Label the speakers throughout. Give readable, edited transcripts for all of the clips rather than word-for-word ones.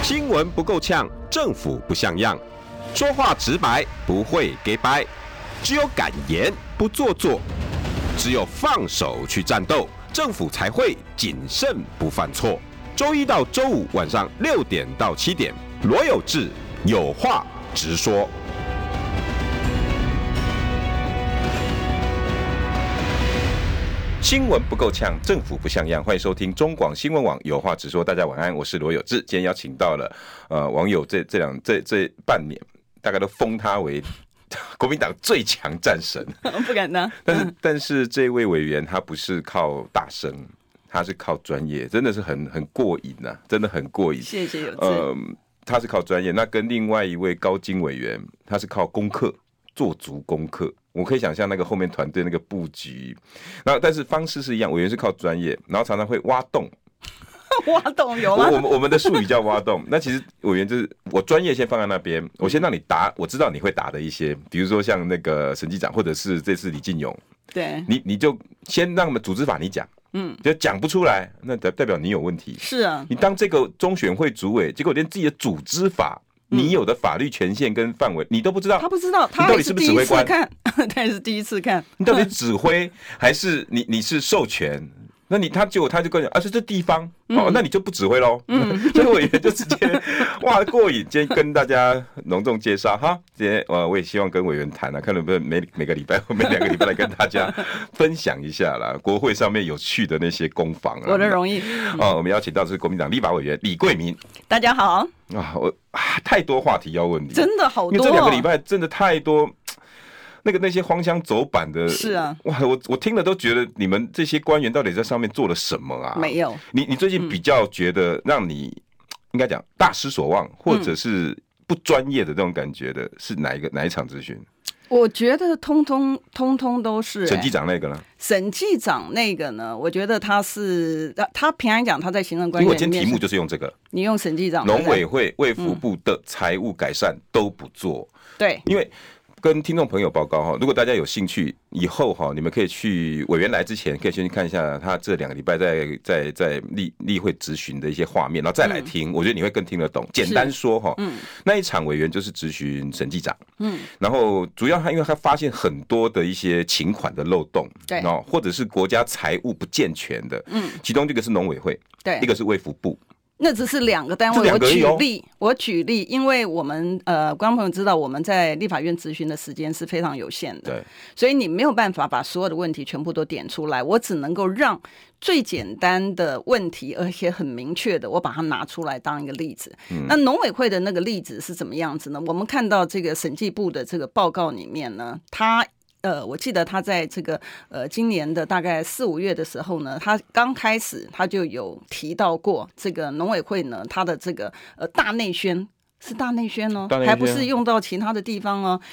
Speaker 1: 新闻不够呛，政府不像样，说话直白，不会给掰，只有敢言不做作，只有放手去战斗，政府才会谨慎不犯错。周一到周五晚上6点到7点，罗有志有话直说。新闻不够呛，政府不像样。欢迎收听中广新闻网有话直说。大家晚安，我是罗有志。今天邀请到了网友这半年，大概都封他为国民党最强战神。
Speaker 2: 不敢当。
Speaker 1: 但是这位委员他不是靠大声，他是靠专业，真的是很过瘾啊，真的很过瘾。
Speaker 2: 谢谢有志。
Speaker 1: 他是靠专业，那跟另外一位高金委员，他是靠功课。做足功课，我可以想象那个后面团队那个布局，然后但是方式是一样，委员是靠专业，然后常常会挖洞，
Speaker 2: 挖洞有吗？
Speaker 1: 我们的术语叫挖洞。那其实委员就是我专业先放在那边，我先让你答，我知道你会答的一些，比如说像那个审计长，或者是这次李进勇，
Speaker 2: 对，
Speaker 1: 你就先让我们组织法你讲，就讲不出来，那代表你有问题。
Speaker 2: 是啊，
Speaker 1: 你当这个中选会主委，结果连自己的组织法。你有的法律权限跟范围你都不知道，
Speaker 2: 他不知道，他
Speaker 1: 到底是不是指挥官？
Speaker 2: 他也是第一次看。
Speaker 1: 你到底指挥还是你是授权？那他就跟你这地方那你就不指挥喽。所以委员就直接哇过瘾。今天跟大家隆重介绍哈，今天我也希望跟委员谈看能不能每个礼拜或每2个礼拜来跟大家分享一下啦，国会上面有趣的那些攻防
Speaker 2: 我的荣誉。
Speaker 1: 我们邀请到的是国民党立法委员李桂民。
Speaker 2: 大家好。
Speaker 1: 太多话题要问你，
Speaker 2: 真的好多，
Speaker 1: 因为这2个礼拜真的太多。那些荒腔走板的，
Speaker 2: 是啊，
Speaker 1: 哇！我听了都觉得你们这些官员到底在上面做了什么啊？
Speaker 2: 没有。
Speaker 1: 你最近比较觉得让你应该讲大失所望，或者是不专业的这种感觉的，是哪一场质询？
Speaker 2: 我觉得通通都是。
Speaker 1: 审计长那个呢？
Speaker 2: 审计长那个呢？我觉得他平常讲他在行政官员里面，因为
Speaker 1: 我今天题目就是用这个，
Speaker 2: 你用审计长，
Speaker 1: 农委会、卫福部的财务改善都不做，
Speaker 2: 对，
Speaker 1: 因为。跟听众朋友报告，如果大家有兴趣，以后你们可以去委员来之前，可以先去看一下他这2个礼拜在例会质询的一些画面，然后再来听，我觉得你会更听得懂。简单说那一场委员就是质询审计长，然后主要因为他发现很多的一些请款的漏洞，
Speaker 2: 对，
Speaker 1: 或者是国家财务不健全的，其中这个是农委会，
Speaker 2: 对，
Speaker 1: 一个是卫福部。
Speaker 2: 那只是2个单位，我举例，因为我们观众朋友知道我们在立法院质询的时间是非常有限的，
Speaker 1: 对，
Speaker 2: 所以你没有办法把所有的问题全部都点出来，我只能够让最简单的问题，而且很明确的，我把它拿出来当一个例子。那农委会的那个例子是怎么样子呢？我们看到这个审计部的这个报告里面呢，我记得他在这个今年的大概4、5月的时候呢，他刚开始他就有提到过这个农委会呢，他的这个大内宣是大内宣哦，还不是用到其他的地方哦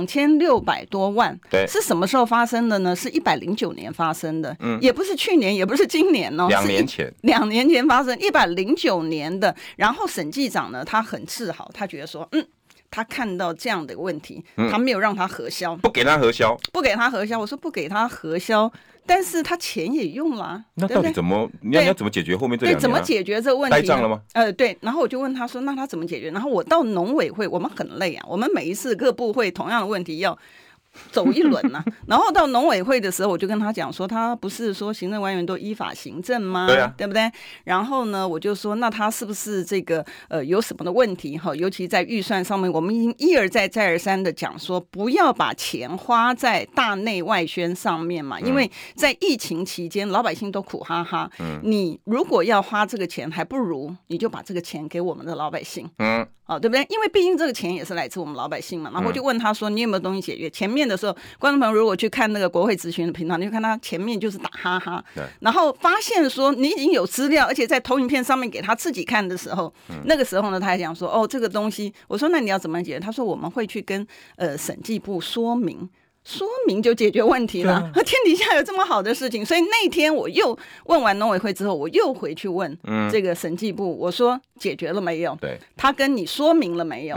Speaker 2: ，2600多万，
Speaker 1: 对，
Speaker 2: 是什么时候发生的呢？是109年发生的，也不是去年，也不是今年哦
Speaker 1: ，2年前
Speaker 2: ，2年前发生109年的。然后审计长呢，他很自豪，他觉得说，他看到这样的问题，他没有让他核销，
Speaker 1: 不给他核销。
Speaker 2: 我说不给他核销，但是他钱也用了，
Speaker 1: 那到底怎么？你要怎么解决后面这2年？
Speaker 2: 对，怎么解决这个问题？
Speaker 1: 呆账了吗？
Speaker 2: 对。然后我就问他说，那他怎么解决？然后我到农委会，我们很累啊，我们每一次各部会同样的问题要走一轮啊。然后到农委会的时候，我就跟他讲说，他不是说行政官员都依法行政吗？
Speaker 1: 对啊，
Speaker 2: 对不对？然后呢，我就说，那他是不是这个有什么的问题？尤其在预算上面，我们已经一而再再而三的讲说，不要把钱花在大内外宣上面嘛，因为在疫情期间，老百姓都苦哈哈。你如果要花这个钱，还不如你就把这个钱给我们的老百姓。对不对？因为毕竟这个钱也是来自我们老百姓嘛。然后我就问他说，你有没有东西解决？前面的时候，观众朋友如果去看那个国会质询的频道，你就看他前面就是打哈哈，然后发现说你已经有资料，而且在投影片上面给他自己看的时候，那个时候呢，他还讲说，这个东西，我说那你要怎么解决？他说我们会去跟审计部说明就解决问题了。天底下有这么好的事情，所以那天我又问完农委会之后，我又回去问这个审计部，我说解决了没有？
Speaker 1: 对，
Speaker 2: 他跟你说明了没有？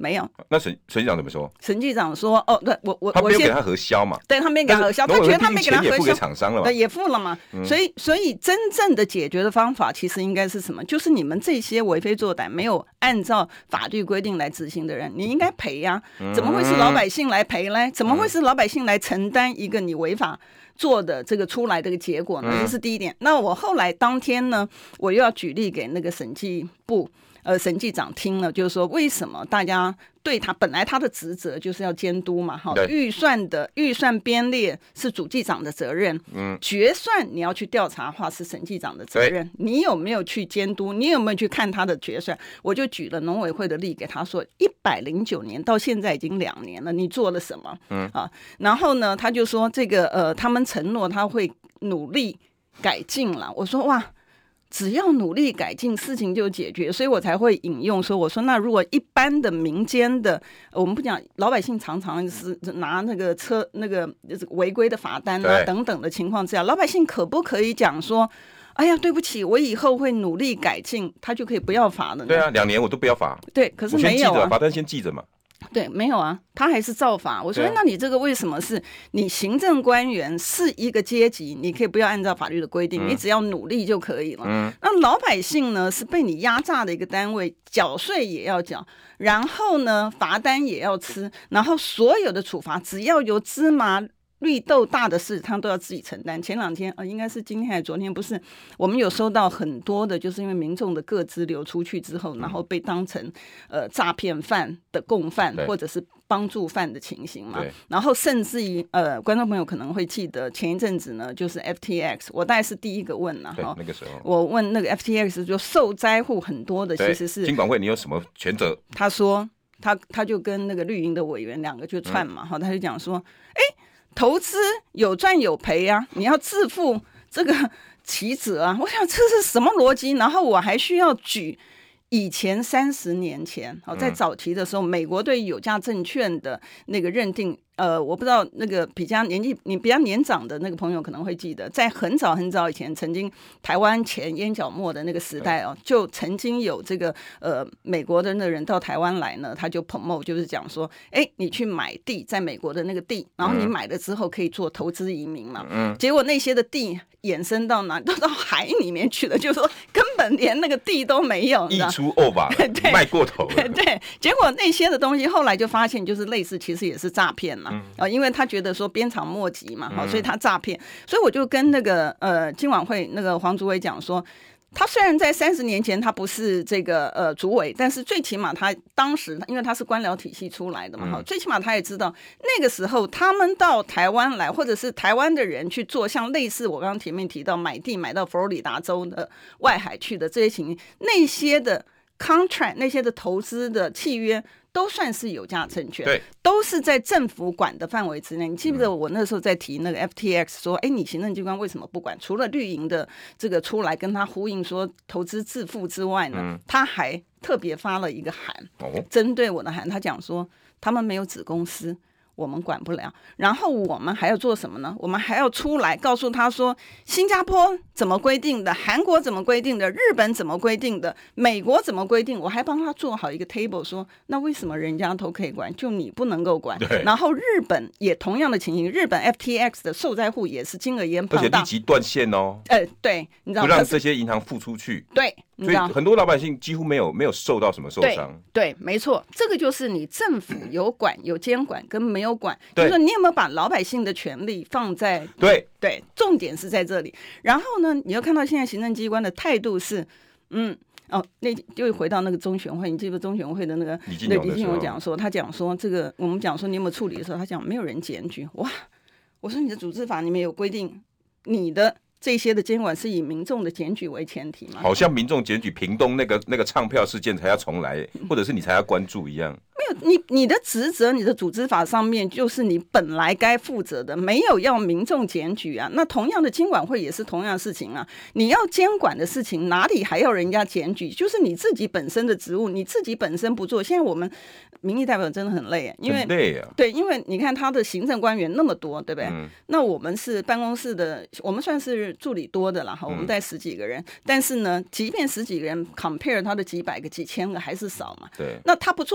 Speaker 2: 没有。
Speaker 1: 那审计长怎么说？
Speaker 2: 审计长说：“哦，对我
Speaker 1: 他没有给他核销嘛？
Speaker 2: 对他没给他核销，他觉得他没给他核销，
Speaker 1: 也付给厂商了嘛？
Speaker 2: 对，也付了嘛。所以真正的解决的方法其实应该是什么？就是你们这些为非作歹、没有按照法律规定来执行的人，你应该赔呀。怎么会是老百姓来赔呢？怎么会是老百姓来承担一个你违法做的这个出来的一个结果呢？这是第一点。那我后来当天呢，我又要举例给那个审计部。审计长听了，就是说为什么大家对他本来他的职责就是要监督嘛，哈，预算编列是主计长的责任，决算你要去调查的话是审计长的责任，你有没有去监督？你有没有去看他的决算？我就举了农委会的例给他说，109年到现在已经2年了，你做了什么？然后呢，他就说这个他们承诺他会努力改进了。我说哇。只要努力改进，事情就解决，所以我才会引用说，我说那如果一般的民间的，我们不讲，老百姓常常是拿那个车那个违规的罚单啊等等的情况之下，老百姓可不可以讲说，哎呀，对不起，我以后会努力改进，他就可以不要罚了呢？
Speaker 1: 对啊，2年我都不要罚。
Speaker 2: 对，可是没有啊，
Speaker 1: 罚单先记着嘛。
Speaker 2: 对，没有啊，他还是照罚。我说，那你这个为什么是你行政官员是一个阶级，你可以不要按照法律的规定，你只要努力就可以了。那老百姓呢是被你压榨的一个单位，缴税也要缴，然后呢罚单也要吃，然后所有的处罚只要有芝麻绿豆大的事，他都要自己承担。前2天应该是今天还是昨天，不是我们有收到很多的，就是因为民众的个资流出去之后，然后被当成诈骗犯的共犯或者是帮助犯的情形嘛。然后甚至于观众朋友可能会记得前一阵子呢，就是 FTX， 我大概是第一个问了哈。
Speaker 1: 那个时候
Speaker 2: 我问那个 FTX 就受灾户很多的其实是
Speaker 1: 金管会，你有什么权责？
Speaker 2: 他说他就跟那个绿营的委员2个就串嘛，他就讲说，投资有赚有赔啊，你要自负这个其责啊！我想这是什么逻辑？然后我还需要举以前30年前，在早期的时候，美国对有价证券的那个认定，我不知道那个比较年长的那个朋友可能会记得，在很早很早以前，曾经台湾前烟角末的那个时代就曾经有这个美国的那人到台湾来呢，他就 promote 就是讲说，你去买地，在美国的那个地，然后你买了之后可以做投资移民嘛，结果那些的地衍生到哪？都到海里面去了，就是说根本连那个地都没有，
Speaker 1: 溢出吧，卖过头了。
Speaker 2: 对，结果那些的东西后来就发现就是类似，其实也是诈骗嘛。因为他觉得说鞭长莫及嘛，所以他诈骗。所以我就跟那个金管会那个黄主委讲说，他虽然在30年前他不是这个主委，但是最起码他当时因为他是官僚体系出来的嘛，最起码他也知道那个时候他们到台湾来，或者是台湾的人去做像类似我刚刚前面提到买地买到佛罗里达州的外海去的这些情形，那些的 contract 那些的投资的契约都算是有价证券，
Speaker 1: 对，
Speaker 2: 都是在政府管的范围之内。你记不记得我那时候在提那个 FTX 说，你行政机关为什么不管？除了绿营的这个出来跟他呼应说投资自负之外呢，他还特别发了一个函，针对我的函，他讲说他们没有子公司，我们管不了。然后我们还要做什么呢？我们还要出来告诉他说，新加坡怎么规定的，韩国怎么规定的，日本怎么规定的，美国怎么规定。我还帮他做好一个 table， 说那为什么人家都可以管，就你不能够管？然后日本也同样的情形，日本 FTX 的受灾户也是金额也很庞大，
Speaker 1: 而且立即断线哦。
Speaker 2: 对，你知道
Speaker 1: 不让这些银行付出去。
Speaker 2: 对。
Speaker 1: 所以很多老百姓几乎没有受到什么受伤。
Speaker 2: 对，没错，这个就是你政府有管有监管跟没有管，就是说你有没有把老百姓的权利放在对，重点是在这里。然后呢，你要看到现在行政机关的态度是，那就回到那个中选会，你记不记得中选会的那个李进勇讲说，他讲说这个我们讲说你有没有处理的时候，他讲没有人检举。哇，我说你的组织法里面有规定，你的这些的监管是以民众的检举为前提吗？
Speaker 1: 好像民众检举屏东那个唱票事件才要重来，或者是你才要关注一样。
Speaker 2: 没有，你的职责，你的组织法上面就是你本来该负责的，没有要民众检举啊。那同样的，金管会也是同样的事情啊。你要监管的事情，哪里还要人家检举？就是你自己本身的职务，你自己本身不做。现在我们民意代表真的很累，因为
Speaker 1: 很累啊。
Speaker 2: 对，因为你看他的行政官员那么多，对不对？那我们是办公室的，我们算是助理多的啦，我们带10几个人，但是呢，即便10几个人 compare 他的几百个、几千个还是少嘛。
Speaker 1: 对，
Speaker 2: 那他不做的东西。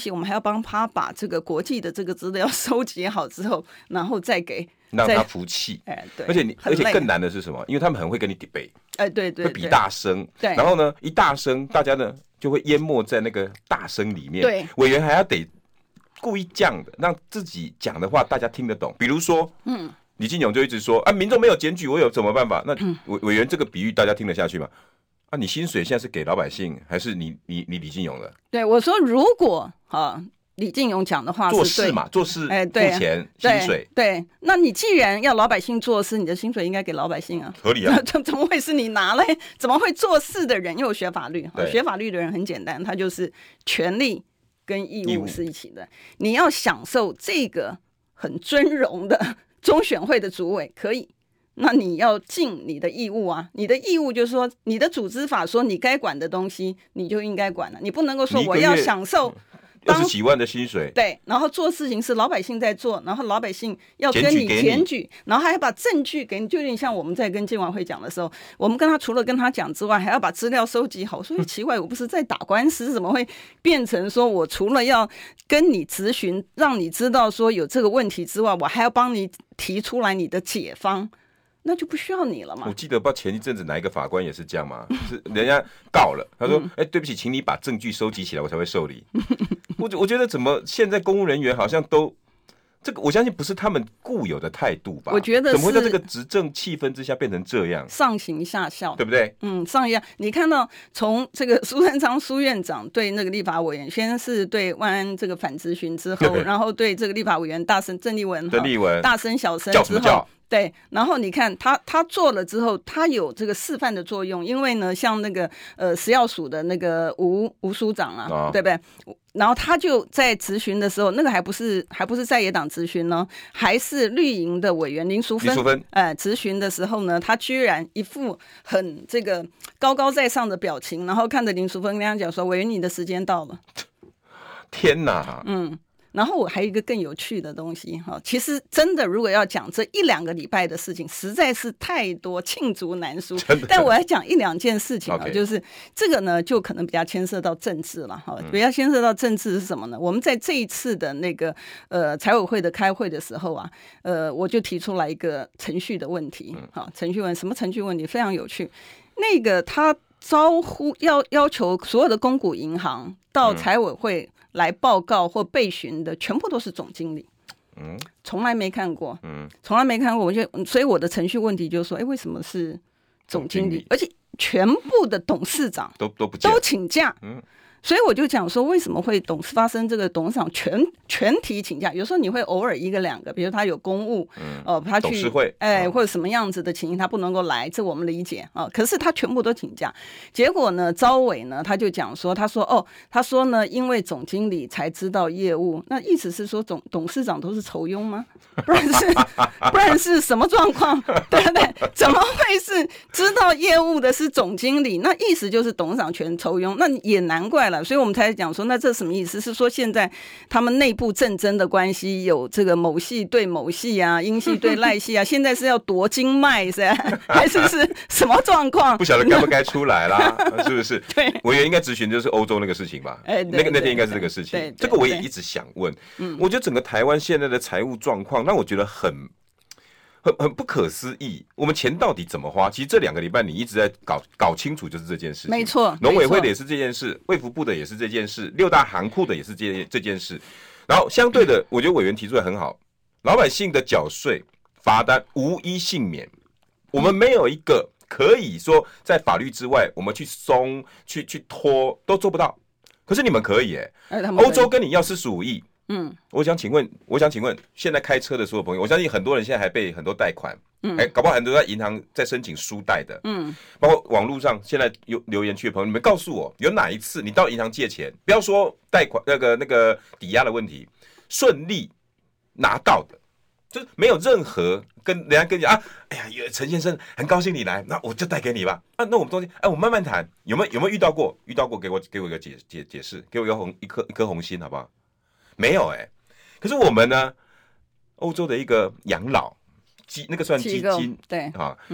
Speaker 2: 我们还要帮他把这个国际的这个资料收集好之后，然后再给
Speaker 1: 让他服气。
Speaker 2: 对，
Speaker 1: 而且更难的是什么？因为他们很会跟你 debate，
Speaker 2: 对，
Speaker 1: 会比大声，
Speaker 2: 对，
Speaker 1: 然后呢，一大声，大家呢就会淹没在那个大声里面，
Speaker 2: 对，
Speaker 1: 委员还要得故意降的，让自己讲的话大家听得懂。比如说，李进勇就一直说啊，民众没有检举，我有什么办法？那委员这个比喻大家听得下去吗？啊，你薪水现在是给老百姓，还是你李进勇的？
Speaker 2: 对，我说如果李进勇讲的话是对，
Speaker 1: 做事嘛，做事付钱薪水，
Speaker 2: 对，那你既然要老百姓做事，你的薪水应该给老百姓啊，
Speaker 1: 合理啊，
Speaker 2: 怎么会是你拿来？怎么会做事的人？因为我学法律，学法律的人很简单，他就是权利跟义务是一起的。你要享受这个很尊荣的中选会的主委，可以。那你要尽你的义务啊！你的义务就是说，你的组织法说你该管的东西，你就应该管了。你不能够说我要享受
Speaker 1: 20几万的薪水，
Speaker 2: 对，然后做事情是老百姓在做，然后老百姓要跟你检举，然后还要把证据给你，就有点像我们在跟监委会讲的时候，我们跟他除了跟他讲之外，还要把资料收集好。所以奇怪，我不是在打官司，怎么会变成说我除了要跟你咨询，让你知道说有这个问题之外，我还要帮你提出来你的解方？那就不需要你了嘛。
Speaker 1: 我记得不知道前一阵子哪一个法官也是这样嘛，是人家告了，他说：“对不起，请你把证据收集起来，我才会受理。”我觉得怎么现在公务人员好像都这个，我相信不是他们固有的态度吧？
Speaker 2: 我觉得
Speaker 1: 怎么会在这个执政气氛之下变成这样？
Speaker 2: 上行下效，
Speaker 1: 对不对？
Speaker 2: 上行下。你看到从这个苏贞昌苏院长对那个立法委员，先是对万安这个反质询之后，然后对这个立法委员大声郑丽文大声小声之后。对，然后你看他做了之后，他有这个示范的作用，因为呢，像那个食药署的那个吴署长啊，对不对？然后他就在质询的时候，那个还不是在野党质询呢，还是绿营的委员林淑芬质询的时候呢，他居然一副很这个高高在上的表情，然后看着林淑芬跟他讲说：“委员，你的时间到了。”
Speaker 1: 天哪！
Speaker 2: 然后我还有一个更有趣的东西哈，其实真的如果要讲这1-2个礼拜的事情，实在是太多，罄竹难书。但我来讲1-2件事情啊，就是这个呢，就可能比较牵涉到政治了哈。比较牵涉到政治是什么呢？我们在这一次的那个财委会的开会的时候啊，我就提出来一个程序的问题，程序问什么程序问题非常有趣。那个他招呼要求所有的公股银行到财委会来报告或备询的全部都是总经理，从来没看过，从来没看过。所以我的程序问题就是说，为什么是总经理？而且全部的董事长都请假，所以我就讲说，为什么会发生这个董事长全体请假？有时候你会偶尔1个2个，比如他有公务，他去
Speaker 1: 董事会，
Speaker 2: 或者什么样子的情形，他不能够来，这我们理解啊。可是他全部都请假，结果呢，召委呢他就讲说，他说呢，因为总经理才知道业务，那意思是说董事长都是酬庸吗？不然是什么状况？对不对？怎么会是知道业务的是总经理？那意思就是董事长全酬庸，那也难怪了。所以我们才讲说，那这什么意思？是说现在他们内部政争的关系，有这个某系对某系啊，英系对赖系啊，现在是要夺经脉是还是什么状况？
Speaker 1: 不晓得该不该出来啦，是不是？
Speaker 2: 对，
Speaker 1: 委员应该质询就是欧洲那个事情吧？那天应该是这个事情。这个我也一直想问，我觉得整个台湾现在的财务状况，让我觉得很不可思议。我们钱到底怎么花？其实这2个礼拜你一直在搞清楚，就是这件事情。
Speaker 2: 没错，
Speaker 1: 农委会的也是这件事，卫福部的也是这件事，6大行库的也是这件事。然后相对的，我觉得委员提出来很好，老百姓的缴税罚单无一幸免。我们没有一个可以说在法律之外，我们去松去拖都做不到。可是你们可以欧洲跟你要45亿。我想请问，现在开车的所有朋友，我相信很多人现在还被很多贷款，搞不好很多在银行在申请书贷的，包括网络上现在有留言区的朋友，你们告诉我，有哪一次你到银行借钱，不要说贷款那个抵押的问题，顺利拿到的，就是没有任何人家跟你讲哎呀，陈先生很高兴你来，那我就贷给你吧，那我们中间我慢慢谈，有没有遇到过？遇到过给我一个解释，给我一颗红心好不好？没有可是我们呢，欧洲的一个养老那个算基金，
Speaker 2: 对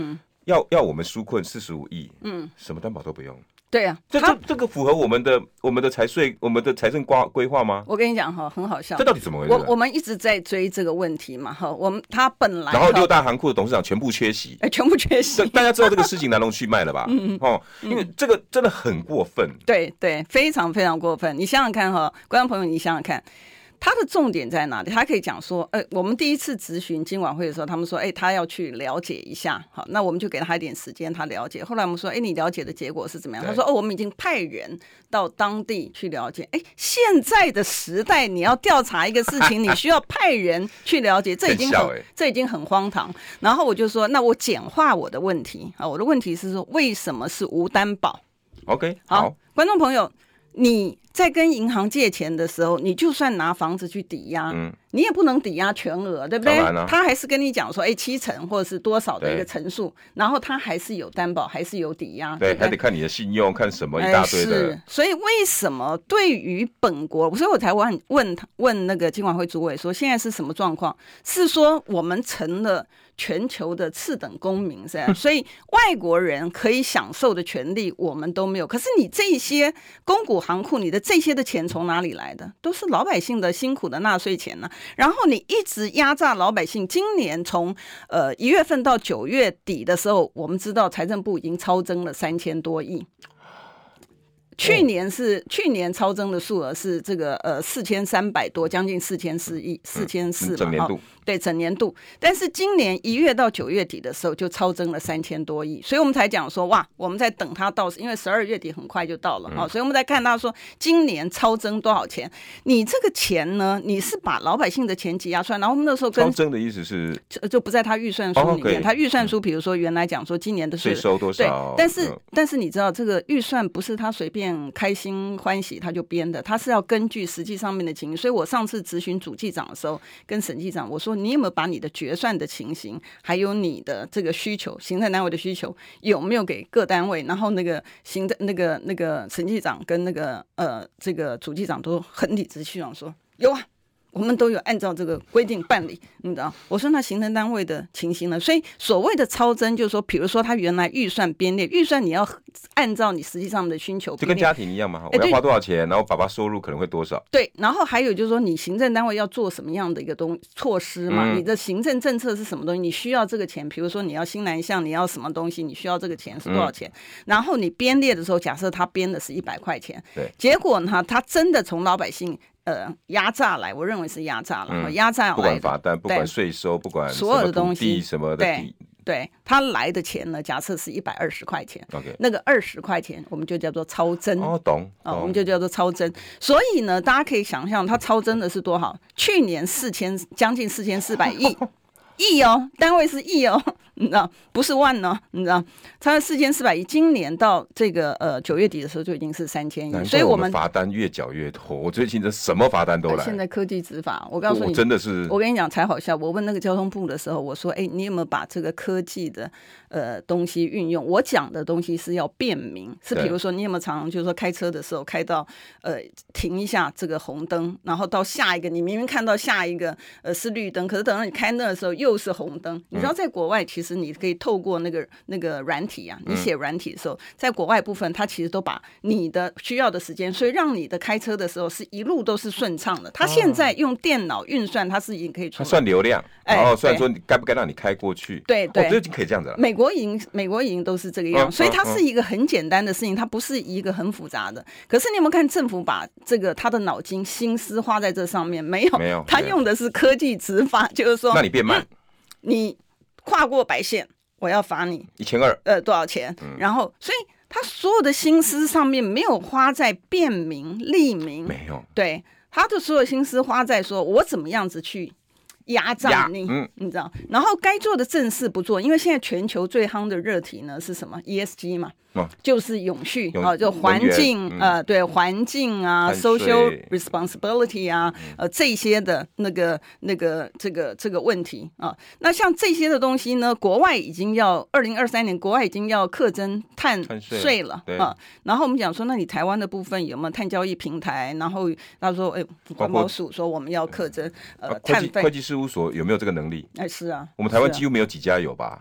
Speaker 1: 要我们纾困45亿，什么担保都不用。
Speaker 2: 对啊，
Speaker 1: 这个符合我们的财税、我们的财政规划吗？
Speaker 2: 我跟你讲哈，很好笑。
Speaker 1: 这到底怎么回事？
Speaker 2: 我们一直在追这个问题嘛，哈，他本来
Speaker 1: 然后6大行库的董事长全部缺席，
Speaker 2: 全部缺席。
Speaker 1: 大家知道这个事情来龙去脉了吧？因为这个真的很过分。
Speaker 2: 对对，非常非常过分。你想想看哈，观众朋友，你想想看。他的重点在哪里？他可以讲说，我们第一次质询金管会的时候，他们说，他要去了解一下，好，那我们就给他一点时间，他了解。后来我们说，你了解的结果是怎么样？他说，我们已经派人到当地去了解。现在的时代，你要调查一个事情，你需要派人去了解，这已经很荒唐。然后我就说，那我简化我的问题啊，我的问题是说，为什么是无担保
Speaker 1: ？OK，
Speaker 2: 好，观众朋友。你在跟银行借钱的时候，你就算拿房子去抵押，你也不能抵押全额，对不对？他还是跟你讲说，70%或者是多少的一个成数，然后他还是有担保，还是有抵押，
Speaker 1: 对，还得看你的信用，看什么一大堆的。
Speaker 2: 是，所以为什么对于本国，所以我才问那个金管会主委说，现在是什么状况？是说我们成了全球的次等公民，是吧？所以外国人可以享受的权利我们都没有。可是你这些公股行库，你的这些的钱从哪里来的？都是老百姓的辛苦的纳税钱呢。然后你一直压榨老百姓。今年从1月份到9月底的时候，我们知道财政部已经超增了3000多亿。去年超增的数额是这个4300多，将近4400亿，4400嘛，
Speaker 1: 整年度。
Speaker 2: 对，整年度。但是今年1月到9月底的时候就超增了3000多亿，所以我们才讲说，哇，我们在等它到，因为12月底很快就到了，所以我们在看他说今年超增多少钱。你这个钱呢，你是把老百姓的钱挤压出来，然后我们那时候
Speaker 1: 超增的意思是
Speaker 2: 就不在他预算书里面，他预算书比如说原来讲说今年的
Speaker 1: 税收多少，
Speaker 2: 对，但是你知道这个预算不是他随便开心欢喜他就编的，他是要根据实际上面的情形。所以我上次质询主计长的时候，跟审计长我说，你有没有把你的决算的情形，还有你的这个需求，行政单位的需求有没有给各单位？然后那个那个审计长跟那个这个主计长都很理直气壮说有啊。我们都有按照这个规定办理，你知道？我说那行政单位的情形呢？所以所谓的超增，就是说，比如说他原来预算编列，预算你要按照你实际上的需求，
Speaker 1: 就跟家庭一样嘛，我要花多少钱，然后爸爸收入可能会多少。
Speaker 2: 对，然后还有就是说，你行政单位要做什么样的一个措施嘛？你的行政政策是什么东西？你需要这个钱，比如说你要新南向，你要什么东西？你需要这个钱是多少钱？然后你编列的时候，假设他编的是100块钱，
Speaker 1: 对，
Speaker 2: 结果呢，他真的从老百姓。压榨来，我认为是压榨了，压榨来的，
Speaker 1: 不管罚单，不管税收，不管
Speaker 2: 所有的东西
Speaker 1: 什么的
Speaker 2: 对，他来的钱呢，假设是120块钱，
Speaker 1: okay.
Speaker 2: 那个20块钱我们就叫做超增。
Speaker 1: 懂
Speaker 2: 我们就叫做超增。所以呢，大家可以想象，它超增的是多少？去年将近4400亿。亿哦，单位是亿哦，你知道，不是万哦，你知道，它是4400亿。今年到这个9月底的时候就已经是3000亿，所以我们
Speaker 1: 罚单越缴越多。我最近这什么罚单都来。
Speaker 2: 现在科技执法，我告诉你，
Speaker 1: 真的是，
Speaker 2: 我跟你讲才好笑。我问那个交通部的时候，我说，你有没有把这个科技的东西运用？我讲的东西是要便民，是比如说你有没有常常就是说开车的时候开到停一下这个红灯，然后到下一个，你明明看到下一个是绿灯，可是等到你开那的时候又是红灯。你知道在国外其实你可以透过那个软体啊，你写软体的时候，在国外部分它其实都把你的需要的时间，所以让你的开车的时候是一路都是顺畅的。它现在用电脑运算，它是已经可以出来，
Speaker 1: 它算流量，然后算说你该不该让你开过去。
Speaker 2: 对对，
Speaker 1: 这已经可以这样子了。
Speaker 2: 美国已经都是这个样，所以它是一个很简单的事情，它不是一个很复杂的。可是你有没有看政府把这个他的脑筋心思花在这上面？没有，他用的是科技执法，就是说，
Speaker 1: 那你变慢。
Speaker 2: 你跨过白线，我要罚你
Speaker 1: 1200，
Speaker 2: 多少钱？然后，所以他所有的心思上面没有花在便民利民，
Speaker 1: 没有，
Speaker 2: 对，他的所有心思花在说我怎么样子去压榨你，你知道？然后该做的正事不做，因为现在全球最夯的热题呢是什么 ？ESG 嘛。就是永续就环境对环境啊 ，social responsibility 啊，这些的这个问题啊，那像这些的东西呢，国外已经要2023年，国外已经要课征碳税了啊。然后我们讲说，那你台湾的部分有没有碳交易平台？然后他说，环保署说我们要课征碳费，
Speaker 1: 会计事务所有没有这个能力？
Speaker 2: 是啊，
Speaker 1: 我们台湾几乎没有几家有吧。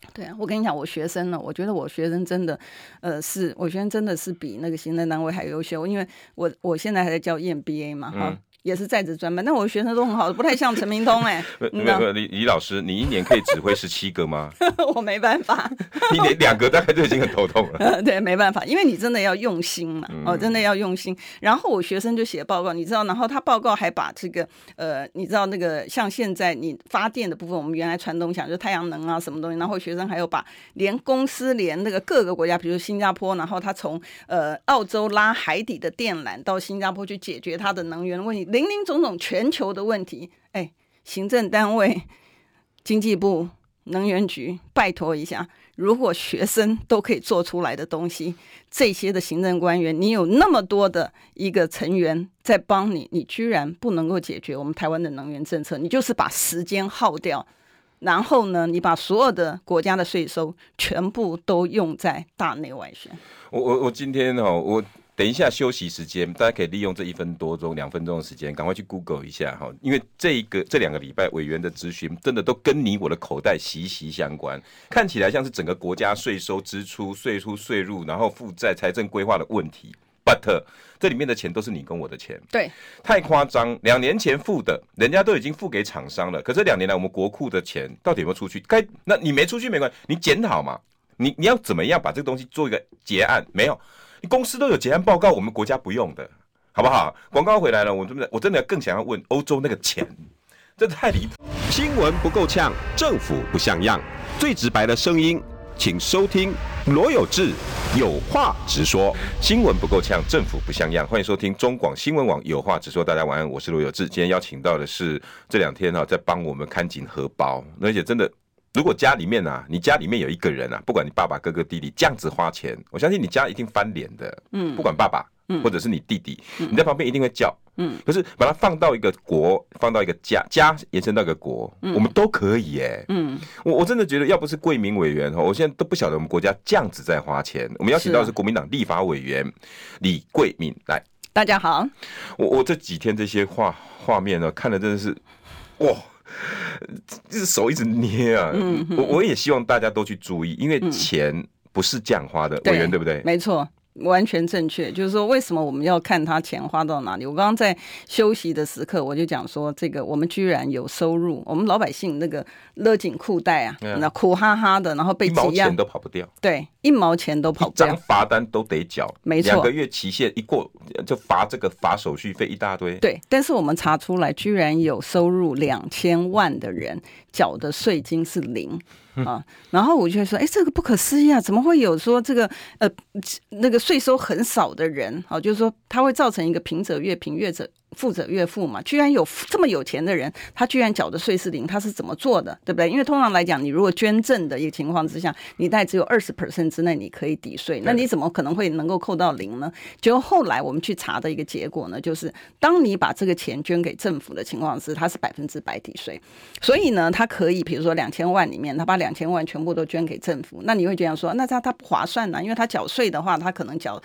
Speaker 2: 对啊，我跟你讲，我学生呢，我觉得我学生真的，我学生真的是比那个行政单位还优秀，因为我现在还在教 EMBA 嘛，哈。也是在职专班，但我的学生都很好，不太像陈明通
Speaker 1: 没有，李老师，你一年可以指挥17个吗？
Speaker 2: 我没办法，
Speaker 1: 你连2个大概就已经很头痛了。
Speaker 2: 对，没办法，因为你真的要用心嘛，真的要用心。然后我学生就写报告，你知道，然后他报告还把这个你知道那个像现在你发电的部分，我们原来传统讲就太阳能啊什么东西，然后学生还有把连公司连那个各个国家，比如新加坡，然后他从澳洲拉海底的电缆到新加坡去解决他的能源问题。林林总总全球的问题，行政单位、经济部、能源局，拜托一下，如果学生都可以做出来的东西，这些的行政官员，你有那么多的一个成员在帮你，你居然不能够解决我们台湾的能源政策，你就是把时间耗掉。然后呢，你把所有的国家的税收全部都用在大内外宣。
Speaker 1: 我今天我等一下休息时间，大家可以利用这1分多钟、2分钟的时间，赶快去 Google 一下哈，因为这2个礼拜委员的咨询，真的都跟你我的口袋息息相关。看起来像是整个国家税收支出、税出税入，然后负债、财政规划的问题。But 这里面的钱都是你跟我的钱，
Speaker 2: 对，
Speaker 1: 太夸张。2年前付的，人家都已经付给厂商了，可是2年来我们国库的钱到底有没有出去？那你没出去没关系，你检讨嘛，你要怎么样把这个东西做一个结案？没有。公司都有结案报告，我们国家不用的，好不好？广告回来了，我真的更想要问欧洲那个钱，这太离谱。
Speaker 3: 新闻不够呛，政府不像样，最直白的声音，请收听罗有志有话直说。
Speaker 1: 新闻不够呛，政府不像样，欢迎收听中广新闻网有话直说。大家晚安，我是罗有志。今天邀请到的是这2天在帮我们看紧荷包，而且真的。如果家里面你家里面有一个人不管你爸爸、哥哥、弟弟这样子花钱，我相信你家一定翻脸的。不管爸爸，或者是你弟弟，你在旁边一定会叫。可是把它放到一个国，放到一个家延伸到一个国，我们都可以耶。我真的觉得，要不是贵民委员，我现在都不晓得我们国家这样子在花钱。我们邀请到的是国民党立法委员李贵敏来。
Speaker 2: 大家好。
Speaker 1: 我这几天这些画面看了真的是哇。就是手一直捏啊，我也希望大家都去注意，因为钱不是这样花的，委员对不对？
Speaker 2: 没错。完全正确，就是说为什么我们要看他钱花到哪里？我刚刚在休息的时刻，我就讲说，这个我们居然有收入，我们老百姓那个勒紧裤带那苦哈哈的，然后被挤压，1毛
Speaker 1: 钱都跑不掉，
Speaker 2: 对，1毛钱都跑不掉，
Speaker 1: 一张罚单都得缴，
Speaker 2: 没错，2
Speaker 1: 个月期限一过就罚这个罚手续费一大堆，
Speaker 2: 对。但是我们查出来，居然有收入2000万的人缴的税金是0。然后我就会说，这个不可思议啊！怎么会有说这个那个税收很少的人？就是说他会造成一个贫者越贫，富者越富嘛。居然有这么有钱的人，他居然缴的税是0，他是怎么做的？对不对？因为通常来讲，你如果捐赠的一个情况之下，你大概只有20% 之内你可以抵税，那你怎么可能会能够扣到0呢？结果后来我们去查的一个结果呢，就是当你把这个钱捐给政府的情况是，它是100%抵税。所以呢，他可以比如说2000万里面，他把2000万全部都捐给政府，那你会觉得说，那他不划算啊，因为他缴税的话，他可能缴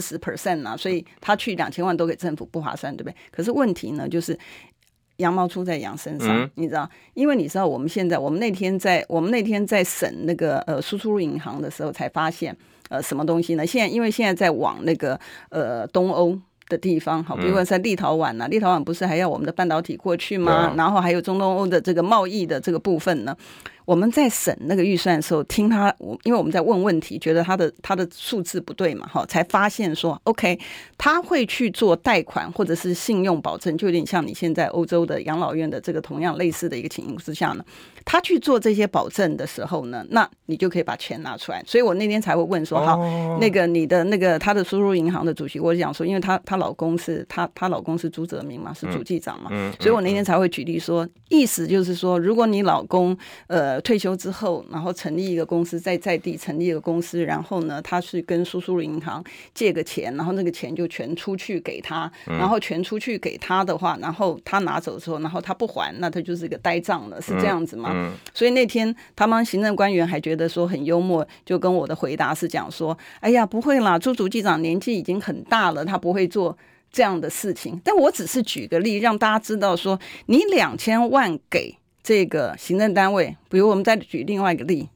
Speaker 2: 40% 啊，所以他去2000万都给政府不划算，对不对？可是问题呢，就是羊毛出在羊身上，你知道？因为你知道，我们那天在审那个输出入银行的时候，才发现什么东西呢？因为现在在往那个东欧的地方，好，比如说在立陶宛立陶宛不是还要我们的半导体过去吗？然后还有中东欧的这个贸易的这个部分呢？我们在审那个预算的时候，听他，因为我们在问问题，觉得他的数字不对嘛，才发现说 ，OK， 他会去做贷款或者是信用保证，就有点像你现在欧洲的养老院的这个同样类似的一个情形之下呢，他去做这些保证的时候呢，那你就可以把钱拿出来。所以我那天才会问说，好，那个你的那个他的输入银行的主席，我讲说，因为她老公是她老公是朱泽明嘛，是主计长嘛，所以我那天才会举例说，意思就是说，如果你老公退休之后，然后成立一个公司，在地成立一个公司，然后呢，他是跟输入银行借个钱，然后那个钱就全出去给他，然后全出去给他的话，然后他拿走之后，然后他不还，那他就是一个呆账了，是这样子吗？所以那天他们行政官员还觉得说很幽默，就跟我的回答是讲说，哎呀，不会啦，朱主计长年纪已经很大了，他不会做这样的事情。但我只是举个例，让大家知道说，你2000万给这个行政单位，比如我们再举另外一个例，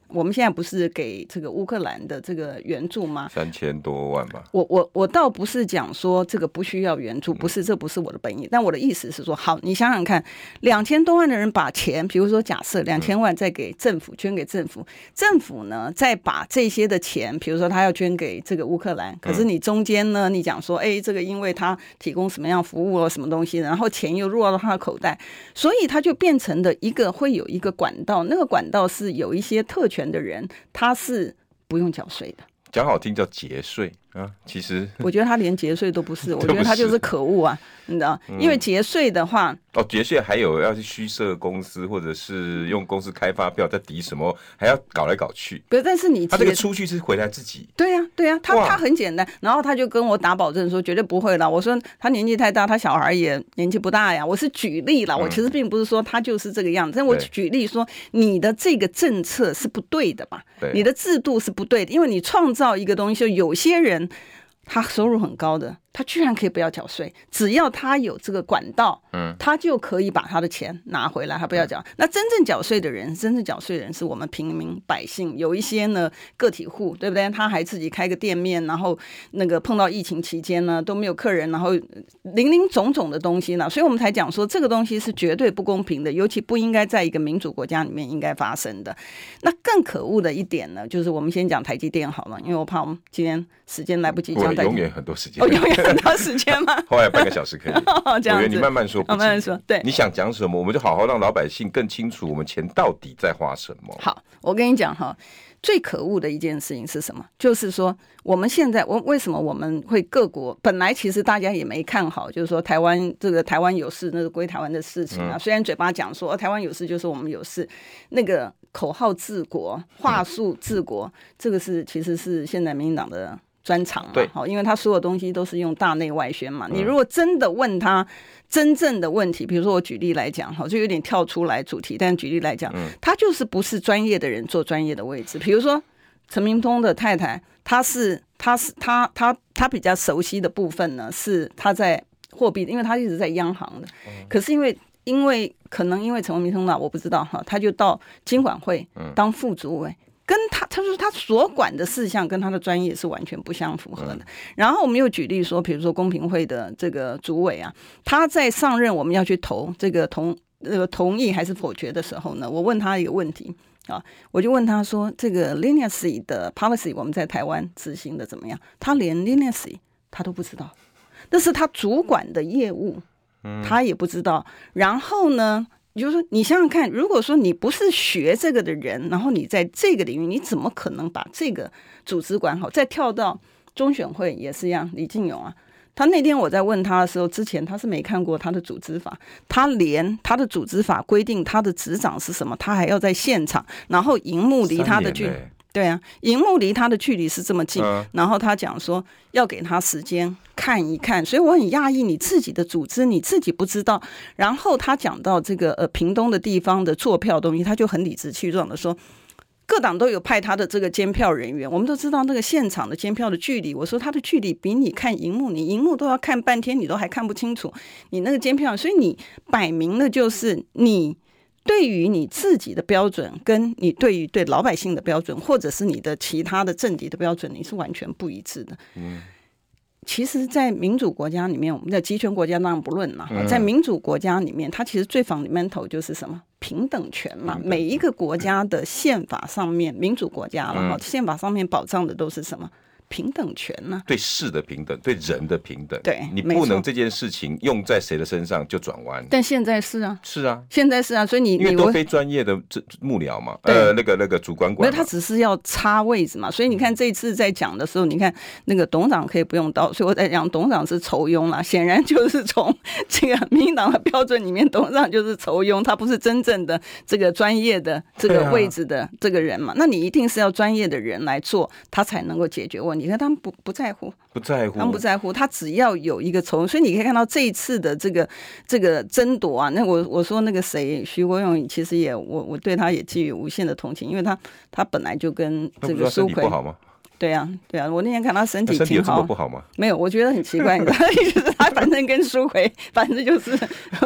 Speaker 2: 我们现在不是给这个乌克兰的这个援助吗
Speaker 1: ？3000多万吧。
Speaker 2: 我倒不是讲说这个不需要援助，不是，这不是我的本意。但我的意思是说，好，你想想看，2000多万的人把钱，比如说假设2000万再给政府，捐给政府，政府呢再把这些的钱，比如说他要捐给这个乌克兰，可是你中间呢，你讲说，这个因为他提供什么样服务什么东西，然后钱又入到他的口袋，所以他就变成的会有一个管道，那个管道是有一些特权的人，他是不用缴税的。
Speaker 1: 讲好听叫节税啊，其实
Speaker 2: 我觉得他连节税都不是，我觉得他就是可恶啊，你知道？因为节税的话，
Speaker 1: 节税还有要去虚设公司，或者是用公司开发票在抵什么，还要搞来搞去。
Speaker 2: 不是，但是他
Speaker 1: 这个出去是回来自己。
Speaker 2: 对呀，对呀，他很简单，然后他就跟我打保证说绝对不会了。我说他年纪太大，他小孩也年纪不大呀。我是举例了，我其实并不是说他就是这个样子，但我举例说你的这个政策是不对的吧？你的制度是不对的，因为你创造一个东西，就有些人他收入很高的，他居然可以不要缴税，只要他有这个管道，他就可以把他的钱拿回来，他不要缴。那真正缴税的人是我们平民百姓，有一些呢个体户，对不对？他还自己开个店面，然后那个碰到疫情期间呢都没有客人，然后林林总总的东西呢，所以我们才讲说这个东西是绝对不公平的，尤其不应该在一个民主国家里面应该发生的。那更可恶的一点呢，就是我们先讲台积电好了，因为我怕我们今天时间来不及讲台积电。
Speaker 1: 永远很多时间，
Speaker 2: 永远很多时间吗？
Speaker 1: 后来半个小时可以。
Speaker 2: 这样子，
Speaker 1: 我觉得你慢慢说，
Speaker 2: 慢慢说。对，
Speaker 1: 你想讲什么，我们就好好让老百姓更清楚我们钱到底在花什么。
Speaker 2: 好，我跟你讲哈，最可恶的一件事情是什么？就是说我们现在为什么我们会各国本来其实大家也没看好，就是说台湾有事，那是归台湾的事情啊。虽然嘴巴讲说台湾有事就是我们有事，那个口号治国、话术治国，这个其实是现在民进党的专长嘛，
Speaker 1: 对，
Speaker 2: 因为他所有东西都是用大内外宣嘛。你如果真的问他真正的问题，比如说我举例来讲，就有点跳出来主题，但举例来讲，他就是不是专业的人做专业的位置。比如说陈明通的太太，他比较熟悉的部分呢，是他在货币，因为他一直在央行的，可是因为可能因为陈明通呢，我不知道哈，他就到金管会当副主委。跟他说他所管的事项跟他的专业是完全不相符合的。然后我们又举例说，比如说公平会的这个主委啊，他在上任我们要去投这个同意还是否决的时候呢，我问他一个问题啊，我就问他说，这个 leniency 的 policy 我们在台湾执行的怎么样？他连 leniency 他都不知道，那是他主管的业务，他也不知道。然后呢？就是说，你想想看，如果说你不是学这个的人，然后你在这个领域，你怎么可能把这个组织管好？再跳到中选会也是一样，李进勇啊，他那天我在问他的时候，之前他是没看过他的组织法，他连他的组织法规定他的执掌是什么，他还要在现场，然后荧幕离他的距离。对啊，荧幕离他的距离是这么近，然后他讲说要给他时间看一看，所以我很讶异你自己的组织你自己不知道。然后他讲到这个屏东的地方的做票东西，他就很理直气壮的说，各党都有派他的这个监票人员，我们都知道那个现场的监票的距离，我说他的距离比你看荧幕，你荧幕都要看半天，你都还看不清楚，你那个监票，所以你摆明了就是你对于你自己的标准，跟你对于对老百姓的标准，或者是你的其他的政敌的标准，你是完全不一致的。其实，在民主国家里面，我们在集权国家当然不论了，在民主国家里面，它其实最 fundamental 就是什么？平等权嘛。每一个国家的宪法上面，民主国家了，宪法上面保障的都是什么？平等权呢？对
Speaker 1: 事的平等，对人的平等。
Speaker 2: 对，
Speaker 1: 你不能这件事情用在谁的身上就转弯。
Speaker 2: 但现在是啊，
Speaker 1: 是啊，
Speaker 2: 现在是啊，所以因
Speaker 1: 为都非专业的幕僚嘛，那个主管管，
Speaker 2: 他只是要插位置嘛。所以你看这次在讲的时候，你看那个董事长可以不用到，所以我在讲董事长是酬庸啦，显然就是从这个民进党的标准里面，董事长就是酬庸，他不是真正的这个专业的这个位置的这个人嘛。那你一定是要专业的人来做，他才能够解决问题。你看他们不在乎，他们不在乎，他只要有一个筹，所以你可以看到这一次的这个争夺啊。那我说那个谁徐国勇，其实也我对他也寄予无限的同情，因为他本来就跟这个苏揆
Speaker 1: 不好吗？
Speaker 2: 对啊，我那天看他身体挺好，
Speaker 1: 有这么不好吗？
Speaker 2: 没有，我觉得很奇怪，他反正跟苏揆，反正就是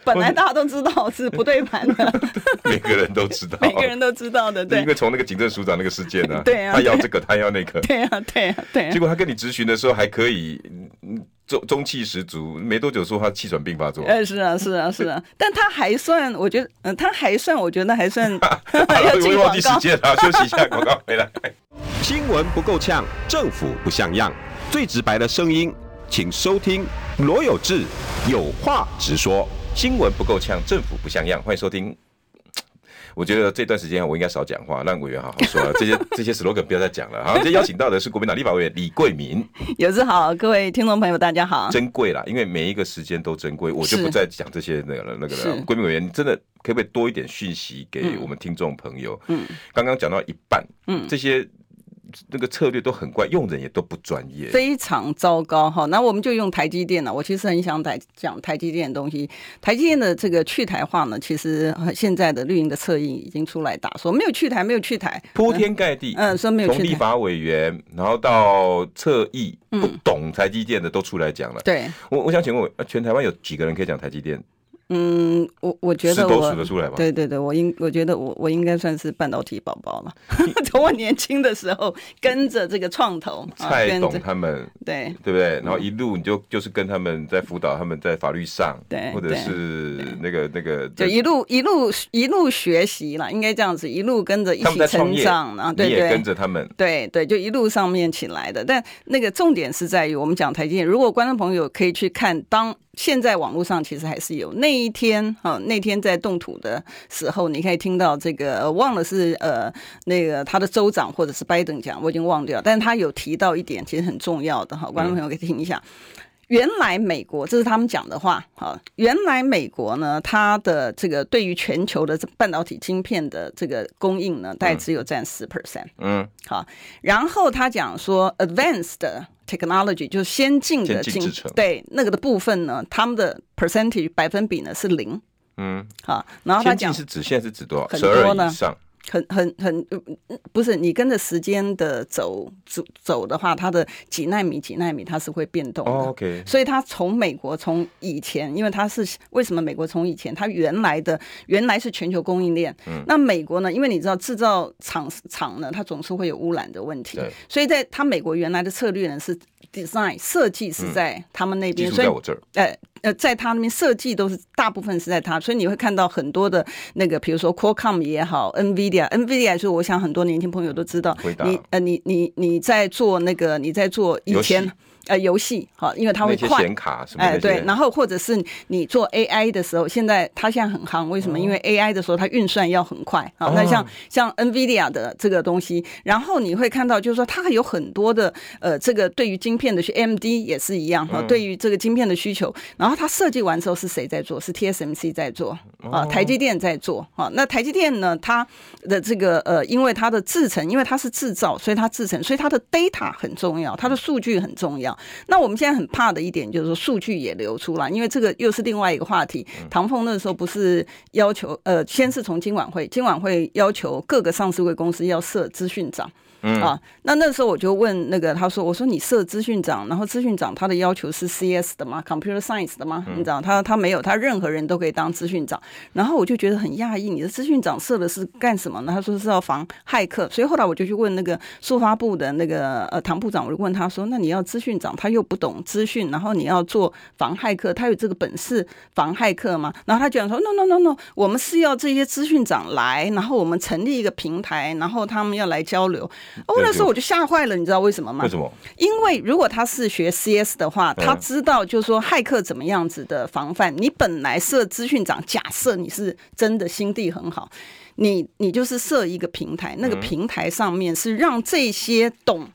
Speaker 2: 本来大家都知道是不对盘的，
Speaker 1: 每个人都知道，
Speaker 2: 每个人都知道的，对，
Speaker 1: 因为从那个警政署长那个事件呢，
Speaker 2: 对啊，
Speaker 1: 他要这个，他要那个，
Speaker 2: 对啊，对啊，对啊，
Speaker 1: 结果他跟你质询的时候还可以中气十足，没多久说他气喘病发作。
Speaker 2: 是啊，是啊，是啊，但他还算，我觉得，他还算，我觉得还算。
Speaker 1: 好了，我忘记时间了，休息一下，广告回来。
Speaker 3: 新闻不够呛，政府不像样，最直白的声音，请收听罗有志有话直说。
Speaker 1: 新闻不够呛，政府不像样，欢迎收听。我觉得这段时间我应该少讲话，让委员好好说。这些 slogan 不要再讲了。好，今天邀请到的是国民党立法委员李贵民。
Speaker 2: 有志好，各位听众朋友，大家好。
Speaker 1: 珍贵啦，因为每一个时间都珍贵，我就不再讲这些那个了。贵民委员，你真的可不可以多一点讯息给我们听众朋友？刚刚讲到一半，这些。那个策略都很怪，用人也都不专业，
Speaker 2: 非常糟糕哈。那我们就用台积电了。我其实很想讲台积电的东西。台积电的这个去台化呢，其实现在的绿营的侧翼已经出来打说没有去台，没有去台，
Speaker 1: 铺天盖地。
Speaker 2: 说没有去台。
Speaker 1: 从立法委员，然后到侧翼，不懂台积电的都出来讲了。
Speaker 2: 对，
Speaker 1: 我想请问，全台湾有几个人可以讲台积电？
Speaker 2: 我觉得
Speaker 1: 都数得出来吧？
Speaker 2: 对对对，我觉得我应该算是半导体宝宝了。从我年轻的时候跟着这个创投
Speaker 1: 蔡董他们，对不对？然后一路你就是跟他们在辅导他们在法律上，对，或者是那个，
Speaker 2: 就一路学习啦，应该这样子，一路跟着一起成长啊，对对，
Speaker 1: 你也跟着他们，
Speaker 2: 对对，就一路上面起来的。但那个重点是在于我们讲台积电，如果观众朋友可以去看现在网络上其实还是有那天在动土的时候，你可以听到这个忘了是那个他的州长或者是拜登讲，我已经忘掉，但是他有提到一点其实很重要的哈，观众朋友可以听一下。原来美国，这是他们讲的话，原来美国呢，它的这个对于全球的半导体晶片的这个供应呢，大概只有占10%。好，然后他讲说 advanced technology 就是先进的
Speaker 1: 制程，
Speaker 2: 对那个的部分呢，他们的 percentage 百分比呢是0。好，然后他讲
Speaker 1: 现在是指多少？
Speaker 2: 很多呢，
Speaker 1: 12以上。
Speaker 2: 不是你跟着时间的走的话，它的几奈米它是会变动的。
Speaker 1: OK，
Speaker 2: 所以它从美国从以前，因为它是为什么美国从以前它原来是全球供应链，那美国呢，因为你知道制造厂呢，它总是会有污染的问题，所以在它美国原来的策略呢是 design 设计是在他们那边，
Speaker 1: 所以在我这儿。
Speaker 2: 在他那边设计都是大部分是在他，所以你会看到很多的那个，比如说 Qualcomm 也好 ，NVIDIA 是我想很多年轻朋友都知道，你在做那个你在做以前游戏好，因为它会快，
Speaker 1: 显卡什么
Speaker 2: 对，然后或者是你做 AI 的时候，它现在很夯，为什么？因为 AI 的时候它运算要很快啊。那像 NVIDIA 的这个东西，然后你会看到就是说它有很多的这个对于晶片的AMD 也是一样哈，对于这个晶片的需求，然后它设计完之后是谁在做？是 TSMC 在做啊，台积电在做啊。那台积电呢，它的这个因为它的制程，因为它是制造，所以它制程，所以它的 data 很重要，它的数据很重要。那我们现在很怕的一点就是说数据也流出来，因为这个又是另外一个话题。唐凤那时候不是要求先是从金管会要求各个上市柜公司要设资讯长。那时候我就问那个他说，我说你设资讯长，然后资讯长他的要求是 CS 的吗 Computer Science 的吗？你知道他没有，他任何人都可以当资讯长。然后我就觉得很讶异，你的资讯长设的是干什么呢？他说是要防骇客。所以后来我就去问那个数发部的那个唐部长，我就问他说，那你要资讯长，他又不懂资讯，然后你要做防骇客，他有这个本事防骇客吗？然后他讲说 no， 我们是要这些资讯长来，然后我们成立一个平台，然后他们要来交流。那时候我就吓坏了，你知道为什么吗？
Speaker 1: 为什么？因
Speaker 2: 为如果他是学 CS 的话，他知道就是说骇客怎么样子的防范。你本来设资讯长，假设你是真的心地很好，你就是设一个平台，那个平台上面是让这些懂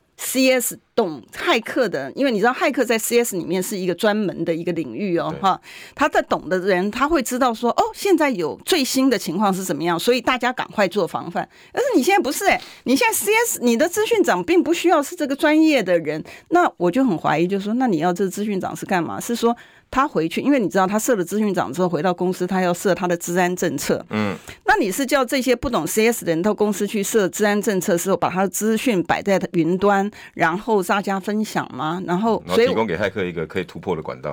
Speaker 2: CS 懂骇客的，因为你知道骇客在 CS 里面是一个专门的一个领域哦，哈，他在懂的人他会知道说，现在有最新的情况是怎么样，所以大家赶快做防范。但是你现在不是你现在 CS 你的资讯长并不需要是这个专业的人，那我就很怀疑，就是说，那你要这个资讯长是干嘛？是说他回去，因为你知道他设了资讯长之后回到公司，他要设他的治安政策。那你是叫这些不懂 CS 的人到公司去设治安政策的时候，把他的资讯摆在云端，然后大家分享吗？然后
Speaker 1: 提供给骇客一个可以突破的管道。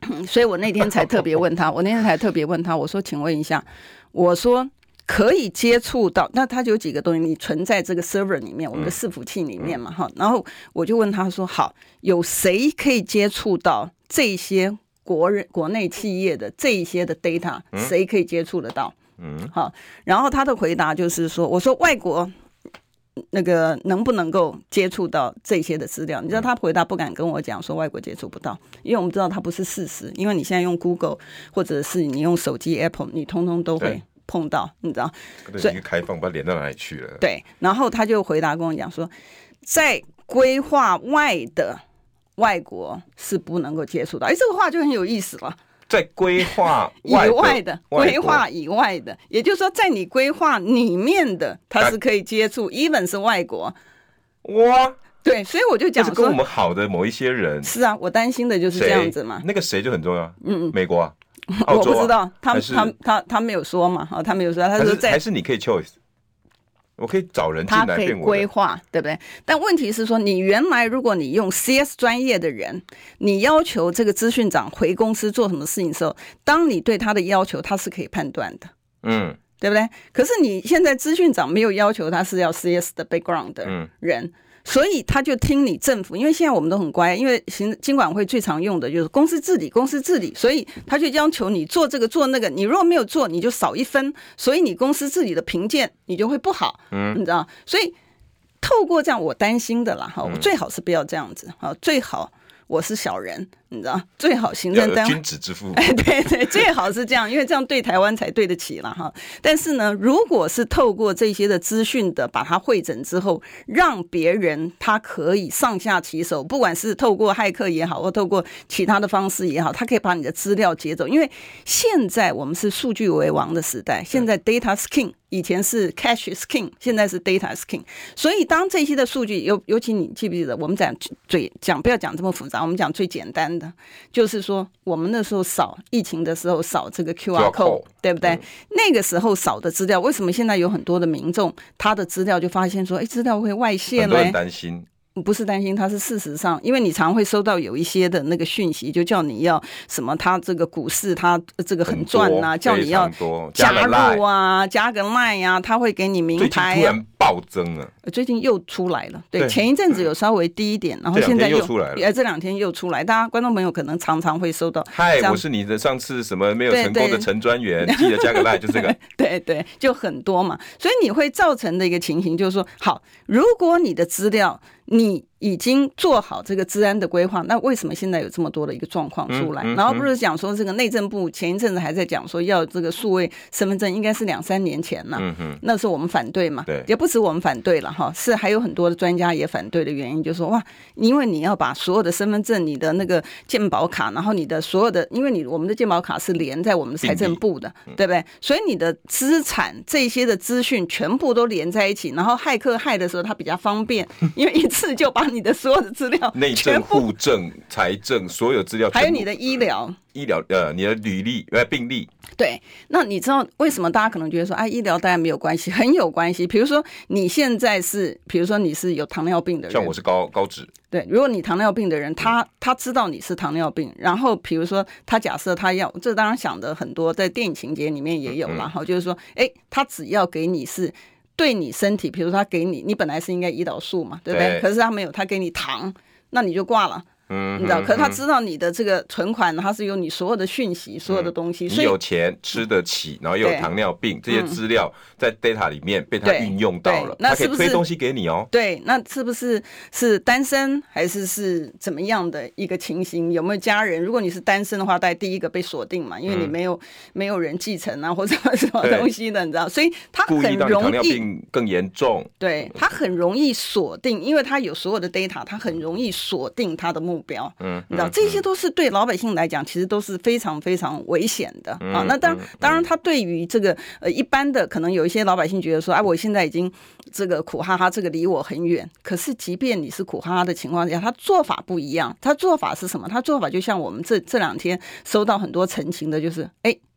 Speaker 2: 所以我那天才特别问他，我说请问一下，我说可以接触到，那它就有几个东西，你存在这个 server 里面，我们的伺服器里面嘛，哈。然后我就问他说，好，有谁可以接触到这些国内企业的这一些的 data， 谁可以接触得到？好。然后他的回答就是说，我说外国那个能不能够接触到这些的资料？你知道他回答不敢跟我讲说外国接触不到，因为我们知道它不是事实，因为你现在用 Google 或者是你用手机 Apple， 你通通都会碰到，你知道，
Speaker 1: 所以一个开放，不知道连到哪里去了。
Speaker 2: 对，然后他就回答跟我讲说，在规划外的外国是不能够接触到。这个话就很有意思了。
Speaker 1: 在规划
Speaker 2: 以外的，规划以外的，也就是说，在你规划里面的，它是可以接触 ，even 是外国。
Speaker 1: 哇，
Speaker 2: 对，所以我就讲说，
Speaker 1: 跟我们好的某一些人
Speaker 2: 是啊，我担心的就是这样子嘛。
Speaker 1: 那个谁就很重要，美国啊。我
Speaker 2: 不知道，他没有说嘛，他没有说，他说
Speaker 1: 还是你可以 choice， 我可以找人进来变我的，
Speaker 2: 他可以规划，对不对？但问题是说，你原来如果你用 CS 专业的人，你要求这个资讯长回公司做什么事情的时候，当你对他的要求，他是可以判断的，对不对？可是你现在资讯长没有要求他是要 CS 的 background 的人。所以他就听你政府，因为现在我们都很乖，因为金管会最常用的就是公司治理，所以他就要求你做这个做那个，你如果没有做，你就少1分，所以你公司治理的评鉴你就会不好，你知道？所以透过这样，我担心的啦，我最好是不要这样子，最好我是小人，你知道，最好行政单位
Speaker 1: 君子之腹，
Speaker 2: 对，最好是这样，因为这样对台湾才对得起了哈。但是呢，如果是透过这些的资讯的把它汇整之后，让别人他可以上下其手，不管是透过骇客也好，或透过其他的方式也好，他可以把你的资料截走。因为现在我们是数据为王的时代，现在 data is king， 以前是 cash is king， 现在是 data is king。所以当这些的数据，尤其你记不记得，我们讲不要讲这么复杂，我们讲最简单的，就是说我们那时候扫疫情的时候扫这个 QR code， 对不对？那个时候扫的资料，为什么现在有很多的民众他的资料就发现说，资料会外泄呢？
Speaker 1: 很多人担心。
Speaker 2: 不是担心，他是事实上，因为你常会收到有一些的那个讯息，就叫你要什么，他这个股市他这个很赚啊，叫你要加入啊，加个 LINE 啊，他会给你名牌啊。
Speaker 1: 最近突然暴增了，
Speaker 2: 最近又出来了，对，前一阵子有稍微低一点，然后现在又
Speaker 1: 出来了，
Speaker 2: 这2天又出来，大家观众朋友可能常常会收到。
Speaker 1: 嗨，我是你的上次什么没有成功的陈专员，记得加个 LINE， 就这个。
Speaker 2: 对，就很多嘛，所以你会造成的一个情形就是说，好，如果你的资料你已经做好这个治安的规划，那为什么现在有这么多的一个状况出来？然后不是讲说这个内政部前一阵子还在讲说要这个数位身份证，应该是2-3年前了，那时候我们反对嘛，也不止我们反对了哈，是还有很多的专家也反对的原因，就是说哇，因为你要把所有的身份证、你的那个健保卡，然后你的所有的，因为我们的健保卡是连在我们的财政部的，对不对？所以你的资产这些的资讯全部都连在一起，然后骇客害的时候它比较方便，因为一次就把你的所有的资料，
Speaker 1: 内政、户政、财政所有资料，
Speaker 2: 还有你的医疗，
Speaker 1: 你的履历、病历。
Speaker 2: 对，那你知道为什么大家可能觉得说，医疗当然没有关系，很有关系。比如说你现在是，比如说你是有糖尿病的人，
Speaker 1: 像我是高脂。
Speaker 2: 对，如果你糖尿病的人，他知道你是糖尿病，然后比如说他假设他要，这当然想的很多，在电影情节里面也有啦，就是说，他只要给你是。对你身体，比如说他给你本来是应该胰岛素嘛，对不对？可是他没有，他给你糖，那你就挂了。你知道，可是他知道你的这个存款，他是有你所有的讯息，所有的东西。
Speaker 1: 你有钱吃得起，然后又有糖尿病，这些资料在 data 里面被他运用到了，他可以推东西给你哦。
Speaker 2: 对，那是不是单身还是怎么样的一个情形？有没有家人？如果你是单身的话，大概第一个被锁定嘛，因为你没有人继承啊，或者什么东西的，你知道，所以他很容易
Speaker 1: 糖尿病更严重。
Speaker 2: 对，他很容易锁定，因为他有所有的 data， 他很容易锁定他的目标。你知道，这些都是对老百姓来讲，其实都是非常非常危险的啊。那当然，他对于这个一般的，可能有一些老百姓觉得说，我现在已经这个苦哈哈，这个离我很远。可是，即便你是苦哈哈的情况下，他做法不一样。他做法是什么？他做法就像我们这2天收到很多陈情的，就是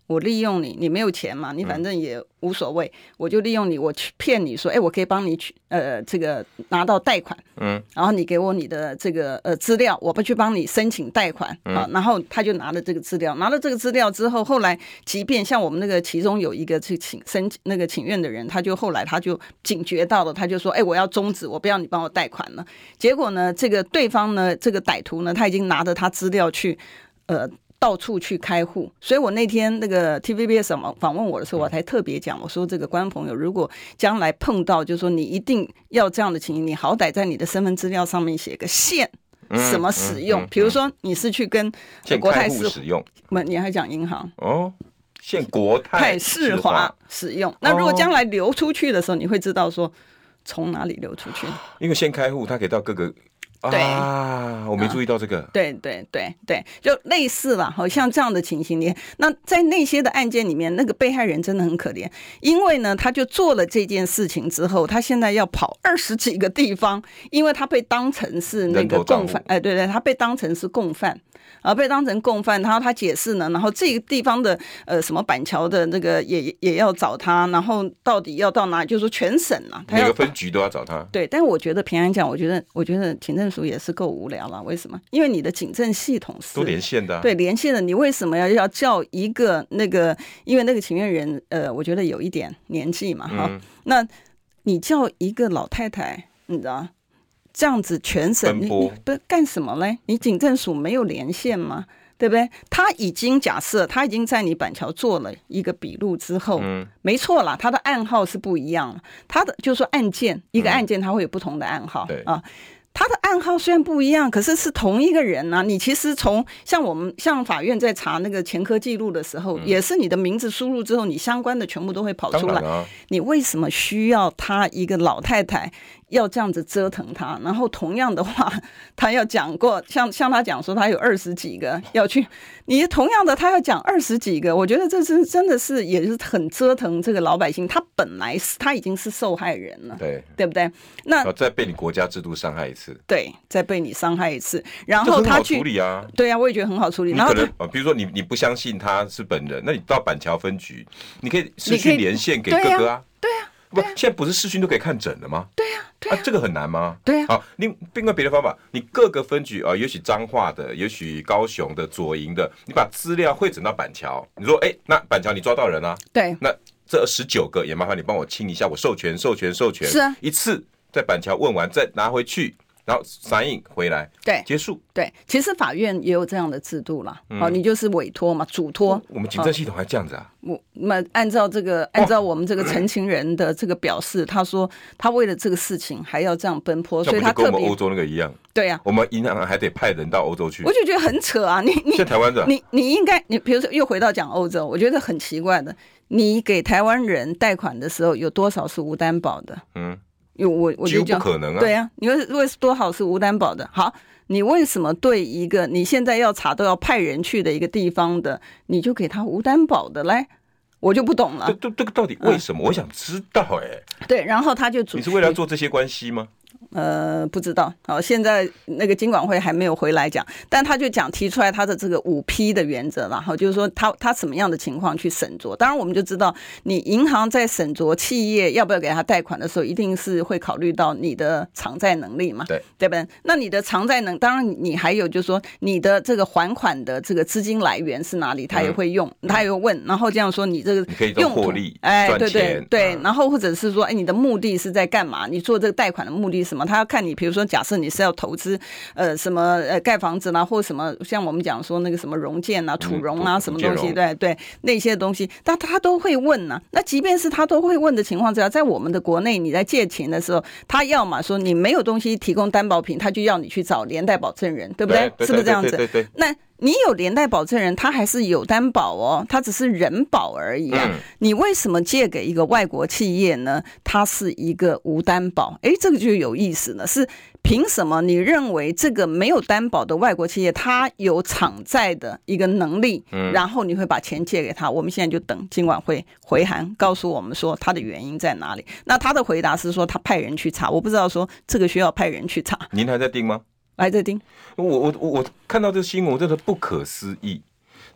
Speaker 2: 我利用你，你没有钱嘛，你反正也无所谓，我就利用你，我去骗你说，我可以帮你这个拿到贷款，然后你给我你的这个资料，我不去帮你申请贷款啊，然后他就拿了这个资料，拿了这个资料之后，后来即便像我们那个其中有一个去请愿的人，他就后来他就警觉到了，他就说，我要终止，我不要你帮我贷款了。结果呢，这个对方呢，这个歹徒呢，他已经拿着他资料去到处去开户，所以我那天那个 TVBS 访问我的时候，我才特别讲，我说这个观众朋友，如果将来碰到，就是说你一定要这样的情形，你好歹在你的身份资料上面写个限什么使用，比如说你是去跟国泰世
Speaker 1: 使用，
Speaker 2: 你还讲银行
Speaker 1: 哦，限国泰世华
Speaker 2: 使用。那如果将来流出去的时候，你会知道说从哪里流出去，
Speaker 1: 因为限开户，它可以到各个。
Speaker 2: 对
Speaker 1: 我没注意到这个。
Speaker 2: 对，就类似了，好像这样的情形里，那在那些的案件里面，那个被害人真的很可怜，因为呢，他就做了这件事情之后，他现在要跑20几个地方，因为他被当成是那个共犯，对，他被当成是共犯。被当成共犯，然后他解释呢，然后这个地方的什么板桥的那个也要找他，然后到底要到哪里，就是说全省啊，
Speaker 1: 每个分局都要找他。对，
Speaker 2: 但我觉得平安讲，我觉得警政署也是够无聊了。为什么？因为你的警政系统是
Speaker 1: 都连线的，
Speaker 2: 对，连线的，你为什么要叫一个那个？因为那个请愿人，我觉得有一点年纪嘛，那你叫一个老太太，你知道？这样子全省你不是干什么嘞？你警政署没有连线吗？对不对？他已经假设他已经在你板桥做了一个笔录之后，没错啦，他的暗号是不一样了。他的就是说案件一个案件，他会有不同的暗号，他的暗号虽然不一样，可是是同一个人啊。你其实像法院在查那个前科记录的时候，也是你的名字输入之后，你相关的全部都会跑出来。你为什么需要他一个老太太要这样子折腾他？然后同样的话，他要讲过，像他讲说他有20几个要去，你同样的他要讲20几个，我觉得这是真的是也是很折腾这个老百姓。他本来他已经是受害人了，对不对？那
Speaker 1: 再被你国家制度伤害一次。
Speaker 2: 对，再被你伤害一次，然后他去
Speaker 1: 处理啊，
Speaker 2: 对啊，我也觉得很好处理。然后
Speaker 1: 比如说你不相信他是本人，那你到板桥分局，你可以视讯连线给哥哥啊，
Speaker 2: 对啊，
Speaker 1: 不，现在不是视讯都可以看诊了吗？
Speaker 2: 对啊，
Speaker 1: 这个很难吗？
Speaker 2: 对啊。
Speaker 1: 好，另外别的方法，你各个分局也许彰化的，也许高雄的、左营的，你把资料汇整到板桥，你说那板桥你抓到人啊，
Speaker 2: 对，
Speaker 1: 那这19个也麻烦你帮我清一下，我授权，
Speaker 2: 是啊，
Speaker 1: 一次在板桥问完再拿回去。然后闪影回来，
Speaker 2: 对，
Speaker 1: 结束。
Speaker 2: 对，其实法院也有这样的制度啦。你就是委托嘛，嘱托。
Speaker 1: 我们警政系统还这样子啊？
Speaker 2: 那按照我们这个陈情人的这个表示，他说他为了这个事情还要这样奔波，所以他特别
Speaker 1: 跟我们欧洲那个一样。
Speaker 2: 对啊，
Speaker 1: 我们银行还得派人到欧洲去。
Speaker 2: 我就觉得很扯啊！你
Speaker 1: 在台湾的，
Speaker 2: 你应该比如说又回到讲欧洲，我觉得很奇怪的，你给台湾人贷款的时候有多少是无担保的？我
Speaker 1: 几乎不可能啊！
Speaker 2: 对啊，你为多少是无担保的？好，你为什么对一个你现在要查都要派人去的一个地方的，你就给他无担保的嘞？我就不懂了。
Speaker 1: 这个到底为什么？我想知道
Speaker 2: 对，然后他就
Speaker 1: 你是为了要做这些关系吗？
Speaker 2: 不知道。好，现在那个金管会还没有回来讲，但他就提出来他的这个5P 的原则啦，就是说他什么样的情况去审酌。当然我们就知道，你银行在审酌企业要不要给他贷款的时候，一定是会考虑到你的偿债能力嘛，对不对？那你的偿债当然你还有就是说你的这个还款的这个资金来源是哪里，他也会用，他也会问，然后这样说你这个
Speaker 1: 你可以用获利赚钱，
Speaker 2: 对，然后或者是说你的目的是在干嘛？你做这个贷款的目的是什么？他要看你，比如说，假设你是要投资，什么盖房子啦，或什么，像我们讲说那个什么融建啊、土融啊，什么东西，对，那些东西，但他都会问呢。那即便是他都会问的情况之下，在我们的国内，你在借钱的时候，他要嘛说你没有东西提供担保品，他就要你去找连带保证人，对不对？是不是这样子？
Speaker 1: 对。
Speaker 2: 那你有连带保证人，他还是有担保哦，他只是人保而已啊。你为什么借给一个外国企业呢？他是一个无担保，这个就有意思了。是凭什么你认为这个没有担保的外国企业，他有偿债的一个能力，然后你会把钱借给他？我们现在就等金管会回函告诉我们说他的原因在哪里。那他的回答是说他派人去查，我不知道说这个需要派人去查。
Speaker 1: 您还在盯吗？
Speaker 2: 还在盯。
Speaker 1: 我看到这个新闻，我真的不可思议。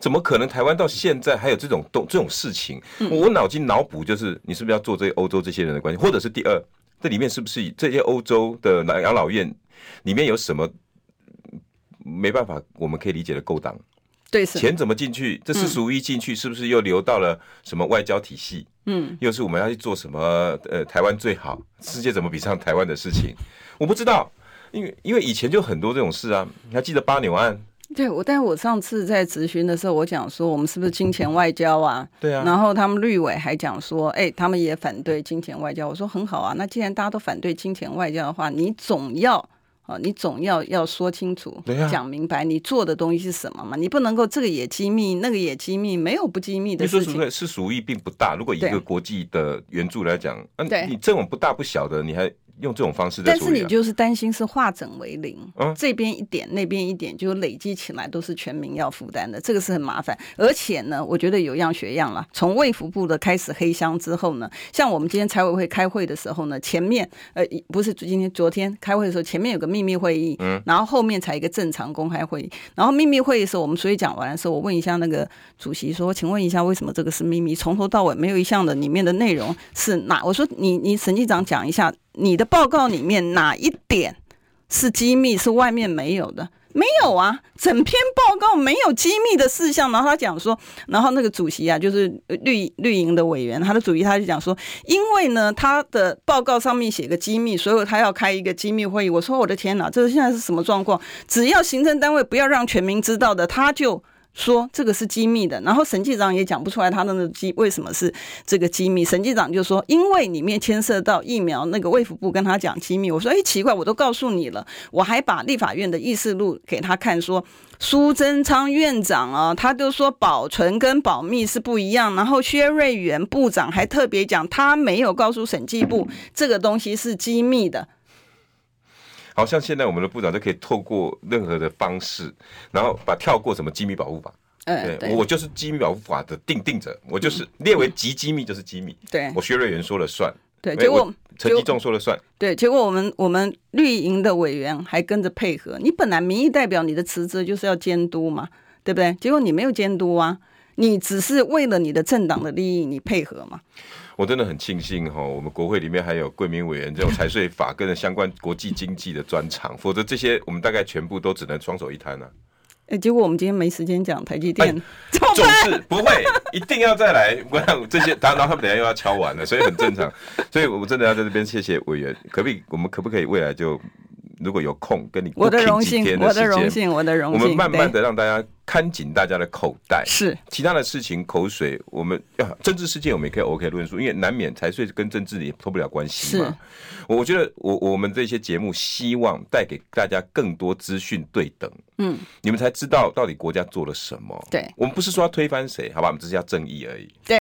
Speaker 1: 怎么可能台湾到现在还有这种事情？我脑筋脑补就是，你是不是要做这欧洲这些人的关系，或者是第二，这里面是不是这些欧洲的养老院里面有什么没办法我们可以理解的勾当？
Speaker 2: 对，
Speaker 1: 钱怎么进去？这451进去，是不是又流到了什么外交体系？又是我们要去做什么？台湾最好，世界怎么比上台湾的事情？我不知道，因为以前就很多这种事啊，你还记得巴纽案？
Speaker 2: 对，但我上次在质询的时候，我讲说我们是不是金钱外交啊？对啊。然后他们绿委还讲说，他们也反对金钱外交。我说很好啊，那既然大家都反对金钱外交的话，你总要说清楚，讲明白你做的东西是什么嘛？你不能够这个也机密，那个也机密，没有不机密的事情。
Speaker 1: 你说是属意并不大，如果以一个国际的援助来讲，你这种不大不小的，你还用这种方式在处理，
Speaker 2: 但是你就是担心是化整为零，这边一点那边一点，就累积起来都是全民要负担的，这个是很麻烦。而且呢，我觉得有样学样啦，从卫福部的开始黑箱之后呢，像我们今天财委会开会的时候呢，前面不是昨天开会的时候，前面有个秘密会议，然后后面才一个正常公开会议。然后秘密会议的时候，我们所以讲完的时候，我问一下那个主席说，请问一下为什么这个是秘密？从头到尾没有一项的里面的内容是哪？我说你审计长讲一下。你的报告里面哪一点是机密，是外面没有的？没有啊，整篇报告没有机密的事项。然后他讲说，然后那个主席啊，就是绿营的委员，他的主席他就讲说，因为呢他的报告上面写个机密，所以他要开一个机密会议。我说我的天哪，这现在是什么状况？只要行政单位不要让全民知道的，他就说这个是机密的，然后审计长也讲不出来他的为什么是这个机密。审计长就说，因为里面牵涉到疫苗，那个卫福部跟他讲机密。我说奇怪，我都告诉你了，我还把立法院的议事录给他看，说苏贞昌院长啊，他就说保存跟保密是不一样。然后薛瑞元部长还特别讲，他没有告诉审计部这个东西是机密的。
Speaker 1: 好像现在我们的部长就可以透过任何的方式，然后跳过什么机密保护法。对，我就是机密保护法的定者，我就是列为极机密就是机密。对，我薛瑞元说了算。对，结果陈吉仲说了算。
Speaker 2: 对，结果我们绿营的委员还跟着配合。你本来民意代表你的职责就是要监督嘛，对不对？结果你没有监督啊，你只是为了你的政党的利益你配合嘛。
Speaker 1: 我真的很庆幸我们国会里面还有贵民委员这种财税法跟相关国际经济的专长，否则这些我们大概全部都只能双手一摊啊。
Speaker 2: 结果我们今天没时间讲台积电，
Speaker 1: 总是不会，一定要再来。我想这些，然后他们等一下又要敲完了，所以很正常。所以我们真的要在这边谢谢委员，我们可不可以未来就如果有空跟你
Speaker 2: 我的荣幸，我的荣幸，我的荣幸，
Speaker 1: 我们慢慢的让大家看紧大家的口袋，
Speaker 2: 是
Speaker 1: 其他的事情口水，我们政治事件我们也可以 OK 论述，因为难免财税跟政治也脱不了关系嘛。我觉得我们这些节目希望带给大家更多资讯对等，你们才知道到底国家做了什么。对，我们不是说要推翻谁，好吧，我们只是要正义而已。对。